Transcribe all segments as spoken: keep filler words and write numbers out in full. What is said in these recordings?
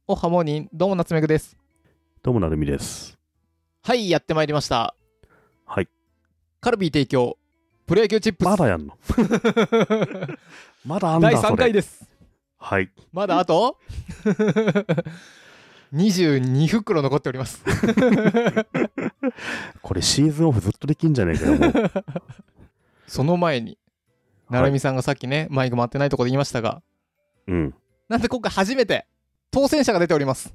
おはモーニン、どうも夏目ぐです。 どうもなるみです。 はい、やってまいりました。 はい。 カルビー提供プロ野球チップス。 まだやんのまだあんだ。 だいさんかいです。 はい。 まだあとにじゅうに袋残っておりますこれシーズンオフずっとできんじゃねえかよもうその前になるみさんがさっきね、はい、マイク回ってないところで言いましたが、 うん、 なんで今回初めて当選者が出ております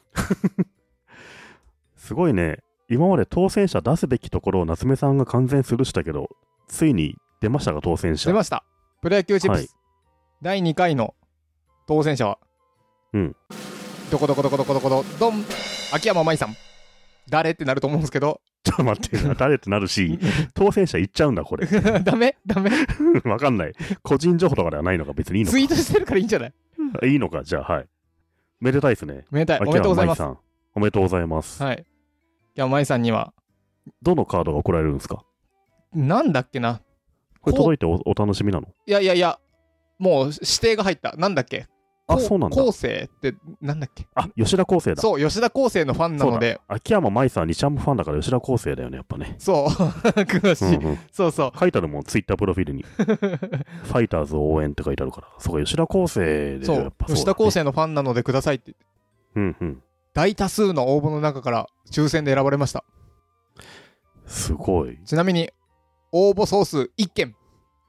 すごいね。今まで当選者出すべきところを夏目さんが完全スルーしたけど、ついに出ましたが当選者。 出ました。プロ野球チップス、はい、だいにかいの当選者は、 うん、 どこどこどこどこどこどどん、秋山舞さん。誰ってなると思うんですけど、 ちょっと待って誰ってなるし当選者言っちゃうんだこれダメダメわかんない。個人情報とかではないのか。別にいいのか。 ツイートしてるからいいんじゃないいいのか。じゃあはい、めでたいですね。 めでたい。おめでとうございます。 おめでとうございます。 はい。秋山舞さんにはどのカードが送られるんですか？ なんだっけな、 これ届いて お, お楽しみなの？ いやいやいや、もう指定が入った。なんだっけ、 あ、そうなんだ。 昴生ってなんだっけ。 あ、吉田昴生だ。 そう、吉田昴生のファンなので。 秋山舞さんにちゃんもファンだから吉田昴生だよね、やっぱね。 そう詳しい、うんうん、そうそう、 書いてあるもん、ツイッタープロフィールにファイターズ応援って書いてあるから。そうか、吉田昴生で、 そう、 やっぱそうだね、 吉田昴生のファンなのでくださいって言って、うんうん、大多数の応募の中から抽選で選ばれました。すごい。 ちなみに応募総数いっけん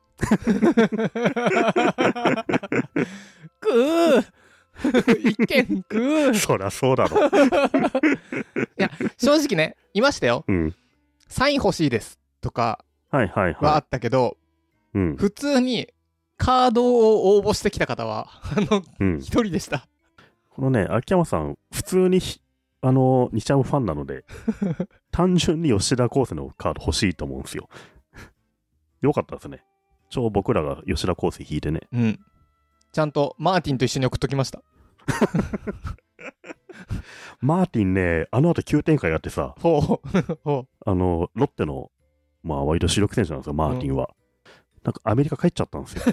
くー一件くーそりゃそうだろいや正直ね、いましたよ、 うん、 サイン欲しいですとかはあったけど、 はいはいはい、うん、 普通にカードを応募してきた方はあの一、うん、人でした。 このね、秋山さん普通にあのにちゃんファンなので単純に吉田昴生のカード欲しいと思うんですよよかったですね。超僕らが吉田昴生引いてね、 うん、ちゃんとマーティンと一緒に送っときましたマーティンね、あの後急展開があってさほうほうあのロッテのまあ割と主力選手なんですよ、マーティンは、うん、なんかアメリカ帰っちゃったんですよ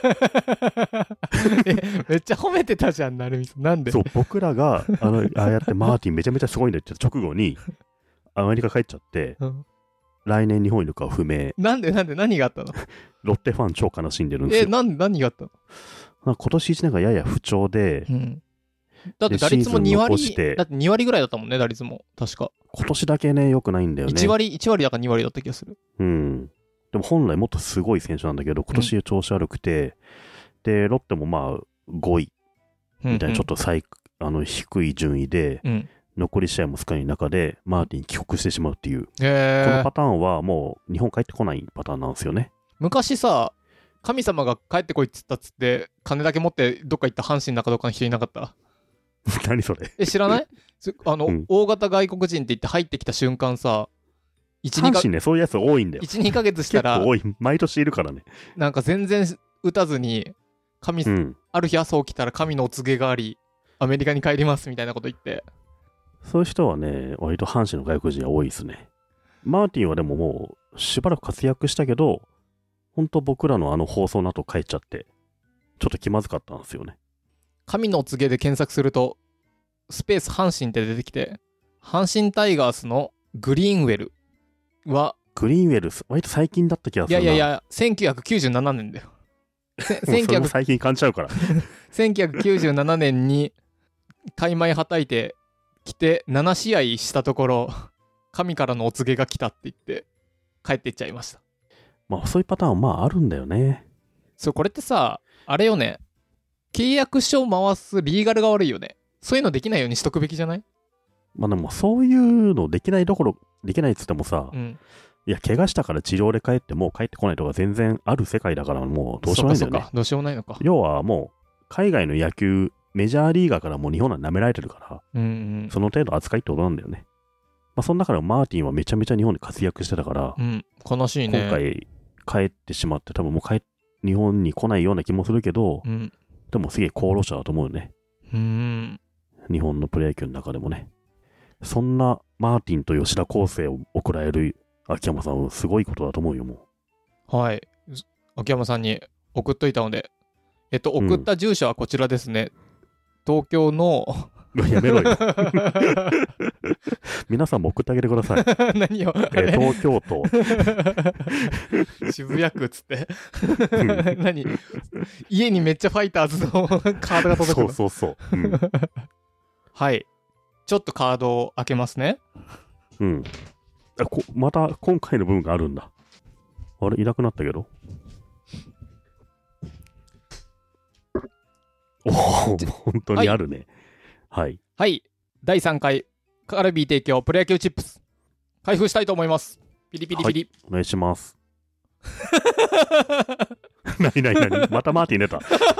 めっちゃ褒めてたじゃん、なるみさん。なんで？ そう、僕らがあのああやってマーティンめちゃめちゃすごいんだって言った直後にアメリカ帰っちゃって、うん、来年日本にいるかは不明。 なんでなんで何があったの？ ロッテファン超悲しんでるんですよ。 え、なんで何があったの？ 今年いちねんがやや不調で、うん、 だって打率もに割、だってに割ぐらいだったもんね、打率も確か。 今年だけね良くないんだよね。 いち割いち割だかに割だった気がする。 うん。でも本来もっとすごい選手なんだけど、今年調子悪くて、うん、でロッテもまあごいみたいなちょっと最、うんうん、あの低い順位で、うん、残り試合も少ない中でマーティン帰国してしまうっていう、 へー、 このパターンはもう日本帰ってこないパターンなんですよね。 昔さ、神様が帰ってこいっつったっつって金だけ持ってどっか行った阪神中どっかの人いなかった何それえ、知らないあの、うん、大型外国人って言って入ってきた瞬間さ、 いち、にか、阪神ね、そういうやつ多いんだよ。 いち、にかげつしたら結構多い、毎年いるからね。 なんか全然打たずに神、うん、ある日朝起きたら神のお告げがありアメリカに帰りますみたいなこと言って、 そういう人はね割と阪神の外国人は多いですね。マーティンはでももうしばらく活躍したけど、本当僕らのあの放送の後帰っちゃってちょっと気まずかったんですよね。 神のお告げで検索するとスペース阪神って出てきて、阪神タイガースのグリーンウェルはグリーンウェル割と最近だった気がするな。 いやいやいやせんきゅうひゃくきゅうじゅうななねんだよそれも最近感じちゃうからせんきゅうひゃくきゅうじゅうななねんに大枚はたいてきてなな試合したところ神からのお告げが来たって言って帰っていっちゃいました。 まあそういうパターンはまああるんだよね。 そう、これってさあれよね、契約書を回すリーガルが悪いよね。そういうのできないようにしとくべきじゃない？ まあでもそういうのできないどころできないっつってもさ、うん、いや怪我したから治療で帰ってもう帰ってこないとか全然ある世界だから、もうどうしようもないんだよね。 そうかそうか、どうしようもないのか。 要はもう海外の野球メジャーリーガーからもう日本は舐められてるから、うんうん、その程度扱いってことなんだよね。まあその中でマーティンはめちゃめちゃ日本で活躍してたから、 うん、悲しいね。 今回帰ってしまって多分もう帰日本に来ないような気もするけど、うん、でもすげえ功労者だと思うよね。うん、日本のプロ野球の中でもね。そんなマーティンと吉田昴生を送られる秋山さんはすごいことだと思うよ、もう。はい、秋山さんに送っといたので、えっと送った住所はこちらですね、うん、東京のやめろよ。皆さんも送ってあげてください。 何を、 えー、東京都。 渋谷区っつって。何家にめっちゃファイターズのカードが届くの。 そうそうそう。うん、 はい。ちょっとカードを開けますね。 うん。あこまた今回の部分があるんだ。あれいなくなったけど。おお、本当にあるね。はい。はい。 はい、だいさんかいカルビー提供プロ野球チップス開封したいと思います。ピリピリピリ。 はい、お願いします。なになになにまたマーティン出た。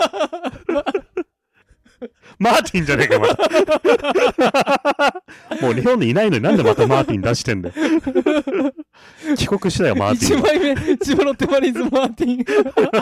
マーティンじゃねえか、また。もう日本にいないのになんでまたマーティン出してんだよ。帰国したよ、マーティン。 いちまいめ、千葉ロッテマリーンズマーティン。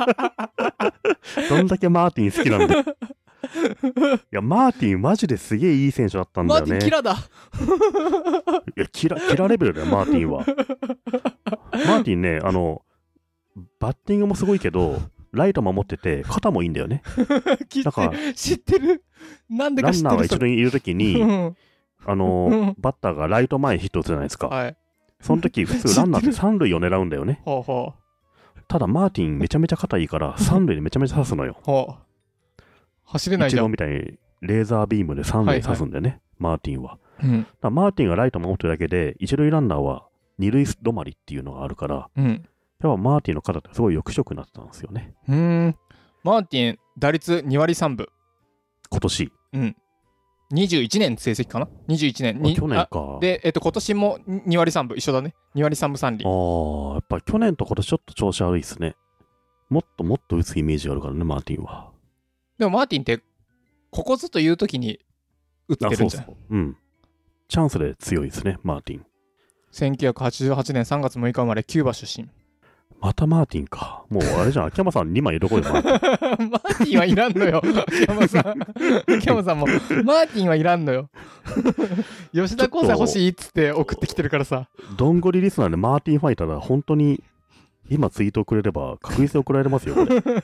どんだけマーティン好きなんだよ。いや、マーティンマジですげえいい選手だったんだよね。 マーティンキラだ。 いや、キラ、キラレベルだよ、マーティンは。マーティンね、あの、バッティングもすごいけど、ライト守ってて、肩もいいんだよね。 だから知ってる。なんでか知ってる。 ランナーが一塁にいるときに、あの、バッターがライト前にヒット打つじゃないですか。 はい。 その時、普通ランナーって三塁を狙うんだよね。 ほうほう。 ただ、マーティンめちゃめちゃ肩いいから、三塁でめちゃめちゃ刺すのよ。 ほう。走れないじゃん。 一郎みたいにレーザービームで三塁刺すんだよね、はいはい、マーティンは。 うん、 だマーティンがライト守ってるだけで、一塁ランナーは二塁止まりっていうのがあるから、 うん、 やっぱマーティンの肩ってすごい抑止力になってたんですよね。 うーん。マーティン、打率にわりさんぶ。 今年。 うん。にじゅういちねん成績かな ?にじゅういちねんに。 去年か。 で、えっと、今年もにわりさんぶ。一緒だね。にわりさんぶさんり。 ああ、やっぱ去年と今年ちょっと調子悪いですね。もっともっと打つイメージがあるからね、マーティンは。 でもマーティンって、ここぞという時に打ってるんじゃん。そうそう。 うん。チャンスで強いですね、マーティン。 せんきゅうひゃくはちじゅうはちねんさんがつむいか生まれ、キューバ出身。 またマーティンか。もうあれじゃん、秋山さんにまいいるとこでマーティン。マーティンはいらんのよ。秋山さん。秋山さんも、マーティンはいらんのよ。吉田康生欲しいっつって送ってきてるからさ。 どんぐりリスナーでマーティンファイターだ、本当に今ツイートをくれれば確実に送られますよ、これ。マー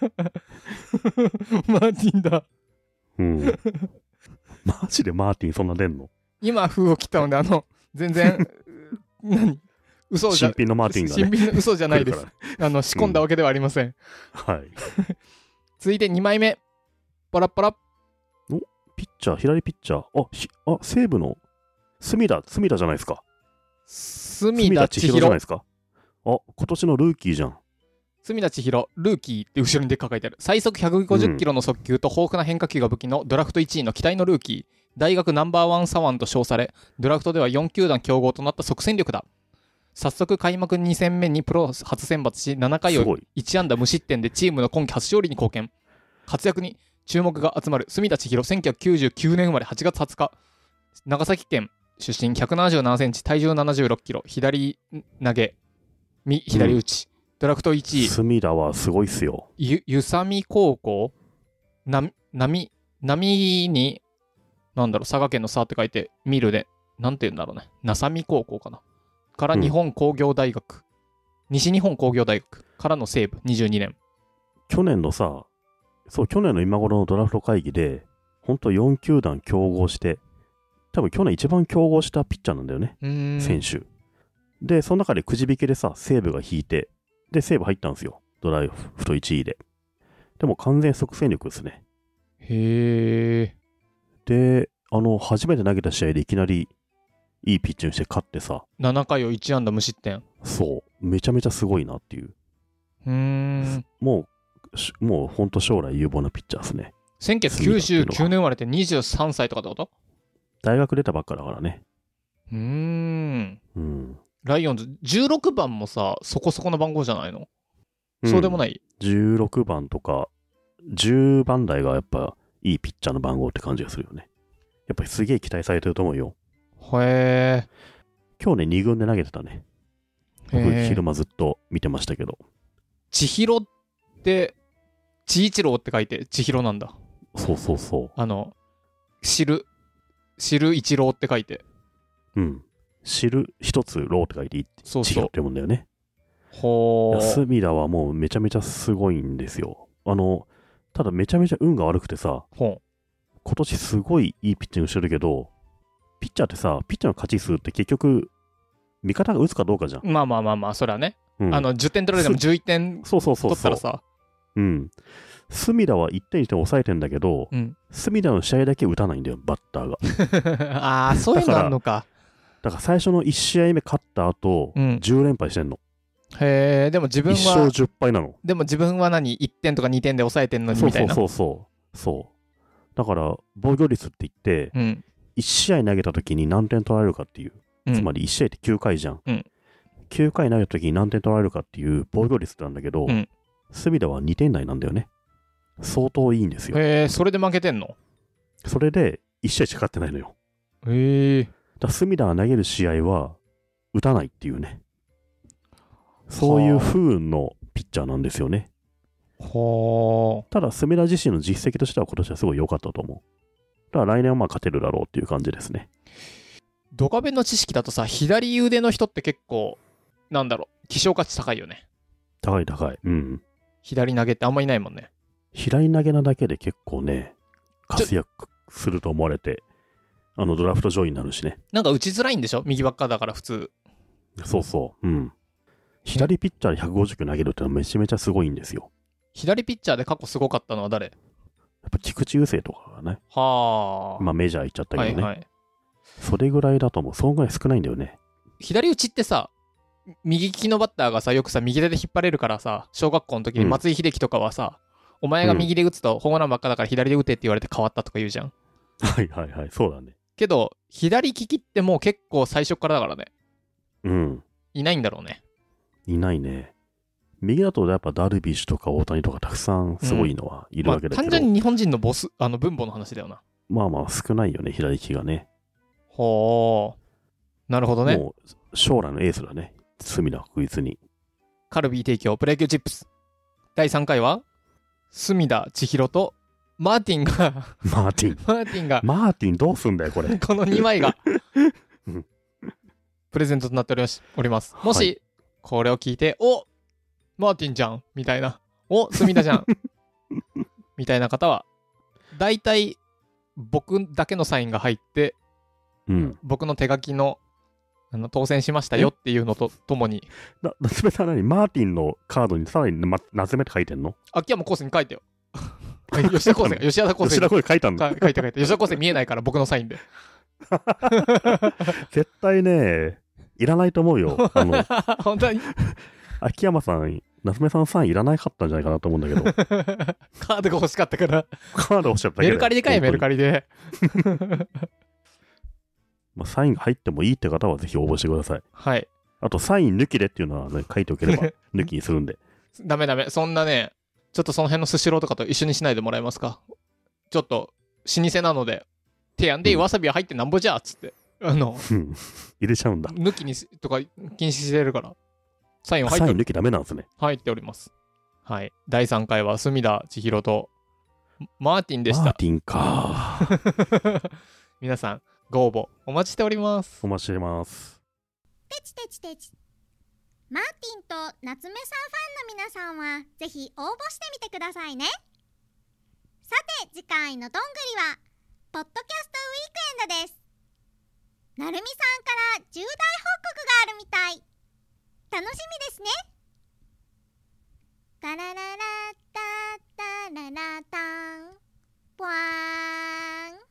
ティンだ。 うん。マジでマーティンそんな出んの？ 今封を切ったので、あの、全然、何嘘じゃ、 新品のマーティンがね。 新品の嘘じゃないです。あの、仕込んだわけではありません。うん、 はい。 続いてにまいめ。パラッパラッ。 お、ピッチャー、左ピッチャー。あ、ひあ西武の、隅田、隅田じゃないですか。 隅田千尋じゃないですか。あ、今年のルーキーじゃん。 隅田千尋、ルーキーって後ろにでっかく書いてある。最速ひゃくごじゅっキロの速球と豊富な変化球が武器のドラフトいちいの期待のルーキー。大学ナンバーワン左腕と称され、ドラフトではよんきゅうだん競合となった即戦力だ。早速開幕に戦目にプロ初選抜し、ななかいをいちあんだ無失点でチームの今季初勝利に貢献。活躍に注目が集まる隅田千尋、せんきゅうひゃくきゅうじゅうきゅうねん生まれはちがつはつか。長崎県出身、ひゃくななじゅうななセンチ、体重ななじゅうろっキロ、左投げ、右左打ち。うん、ドラフトいちい。 隅田はすごいっすよ。 ゆ、ゆさみ高校な、なみ、波に、なんだろう、佐賀県の佐って書いて、見るで、なんて言うんだろうね。なさみ高校かな。から日本工業大学、うん、西日本工業大学からの西部にじゅうにねん。 去年のさ、そう、去年の今頃のドラフト会議で、ほんとよんきゅうだん競合して、多分去年一番競合したピッチャーなんだよね。選手。で、その中でくじ引きでさ、西武が引いて、で、西武入ったんですよ。ドラフトいちいで。でも完全即戦力ですね。 へー。 で、あの、初めて投げた試合でいきなりいいピッチングして勝ってさ。 ななかいをいちあんだ無失点。 そう。めちゃめちゃすごいなっていう。 うーん。 もう、もうほんと将来有望なピッチャーですね。 せんきゅうひゃくきゅうじゅうきゅうねん生まれてにじゅうさんさいとかってこと？ 大学出たばっかだからね。 うーん。 うん。 ライオンズ、じゅうろくばんもさ、そこそこの番号じゃないの？うん、そうでもない？ じゅうろくばんとか、じゅうばん台がやっぱいいピッチャーの番号って感じがするよね。やっぱりすげえ期待されてると思うよ。 へー。 今日ね、に軍で投げてたね。僕、昼間ずっと見てましたけど。 千尋って、千一郎って書いて千尋なんだ。 そうそうそう。 あの、知る、知る一郎って書いて。 うん。知る一つローって書いていいそうそう。 千尋って読むんだよね。 ほー。 隅田はもうめちゃめちゃすごいんですよ。あの、ただめちゃめちゃ運が悪くてさ、 ほ今年すごいいいピッチングしてるけど、ピッチャーってさ、ピッチャーの勝ち数って結局、味方が打つかどうかじゃん。 まあまあまあまあ、それはね。 うん、 あの、じゅってん取られてもじゅういってん取ったらさ。 うん。隅田はいってんにして抑えてんだけど、うん、隅田の試合だけ打たないんだよ、バッターが。 ああ、そういうのあんのか。 だから最初のいち試合目勝った後、うん、じゅう連敗してんの。 へえ、でも自分は。いち勝じゅっ敗なの。 でも自分は何 ?いってんとかにてんで抑えてんのにみたいな。 そうそうそうそう。そう。だから、防御率って言って、うん、いち試合投げた時に何点取られるかっていう。うん、つまりいち試合ってきゅうかいじゃん。うん、きゅうかい投げた時に何点取られるかっていう防御率なんだけど、うん、隅田はにてん台なんだよね。相当いいんですよ。 へえ、それで負けてんの？ それでいち試合しか勝ってないのよ。 へえ。 だから隅田が投げる試合は打たないっていうね。そういう不運のピッチャーなんですよね。 はあ。 ただ隅田自身の実績としては今年はすごい良かったと思う。だから来年はまあ勝てるだろうっていう感じですね。 ドカベンの知識だとさ、左腕の人って結構なんだろう、希少価値高いよね。 高い高い。うん。 左投げってあんまいないもんね。 左投げなだけで結構ね、活躍すると思われて、あのドラフト上位になるしね。 なんか打ちづらいんでしょ？右ばっかだから普通。 そうそう。うん。左ピッチャーでひゃくごじゅっキロ投げるってのはめちゃめちゃすごいんですよ。 左ピッチャーで過去すごかったのは誰？ やっぱ菊池雄星とかがね。 はあ。 まあメジャー行っちゃったけどね。 はいはい。 それぐらいだと思う。そのぐらい少ないんだよね。 左打ちってさ、右利きのバッターがさ、よくさ、右手で引っ張れるからさ、小学校の時に松井秀喜とかはさ、うん、お前が右で打つとホームランばっかだから左で打てって言われて変わったとか言うじゃん。 はいはいはい、そうだね。 けど、左利きってもう結構最初からだからね。 うん。 いないんだろうね。 いないね。右だとやっぱダルビッシュとか大谷とかたくさんすごいのはいるわけだけど、 うんまあ、単純に日本人のボス、あの分母の話だよな。 まあまあ少ないよね、左利きがね。 ほー。なるほどね。 もう将来のエースだね。隅田確実に。 カルビー提供プロ野球チップス。だいさんかいは隅田千尋とマーティンがマーティン。 マーティンが。 マーティンどうすんだよ、これ。 このにまいがプレゼントとなっております。おります。もし、はい、これを聞いて、おマーティンじゃんみたいな。お隅田じゃんみたいな方は、だいたい僕だけのサインが入って、 うん、 僕の手書きのあの当選しましたよっていうのとともに。 な、夏目さん何マーティンのカードにさらに、ま、夏目って書いてんの？ 秋山康生に書いてよ。吉田康生、吉田康生。 吉田康生書いたんだ。 書いて書いて。吉田康生見えないから僕のサインで。 絶対ね、いらないと思うよ。あの本当に秋山さん、夏目さんのサインいらないかったんじゃないかなと思うんだけど。 カードが欲しかったから。 カード欲しかったけど。 メルカリで買え、メルカリで。 まあ、サインが入ってもいいって方はぜひ応募してください。 はい。 あと、サイン抜きでっていうのは、ね、書いておければ抜きにするんで。 ダメダメ。そんなね、ちょっとその辺のスシローとかと一緒にしないでもらえますか。ちょっと、老舗なので、提案で、うん、わさびは入ってなんぼじゃっつって。あの、 入れちゃうんだ。 抜きにとか禁止してるから。サインは入ってサイン抜きダメなんですね。 入っております。はい。だいさんかいは隅田千尋とマーティンでした。 マーティンか。 皆さん、ご応募お待ちしております。 お待ちしてます。 テチテチテチ。マーティンと夏目さんファンの皆さんはぜひ応募してみてくださいね。さて次回のどんぐりはポッドキャストウィークエンドです。なるみさんから重大報告があるみたい。楽しみですね。タラララッタッタララタンポワーン。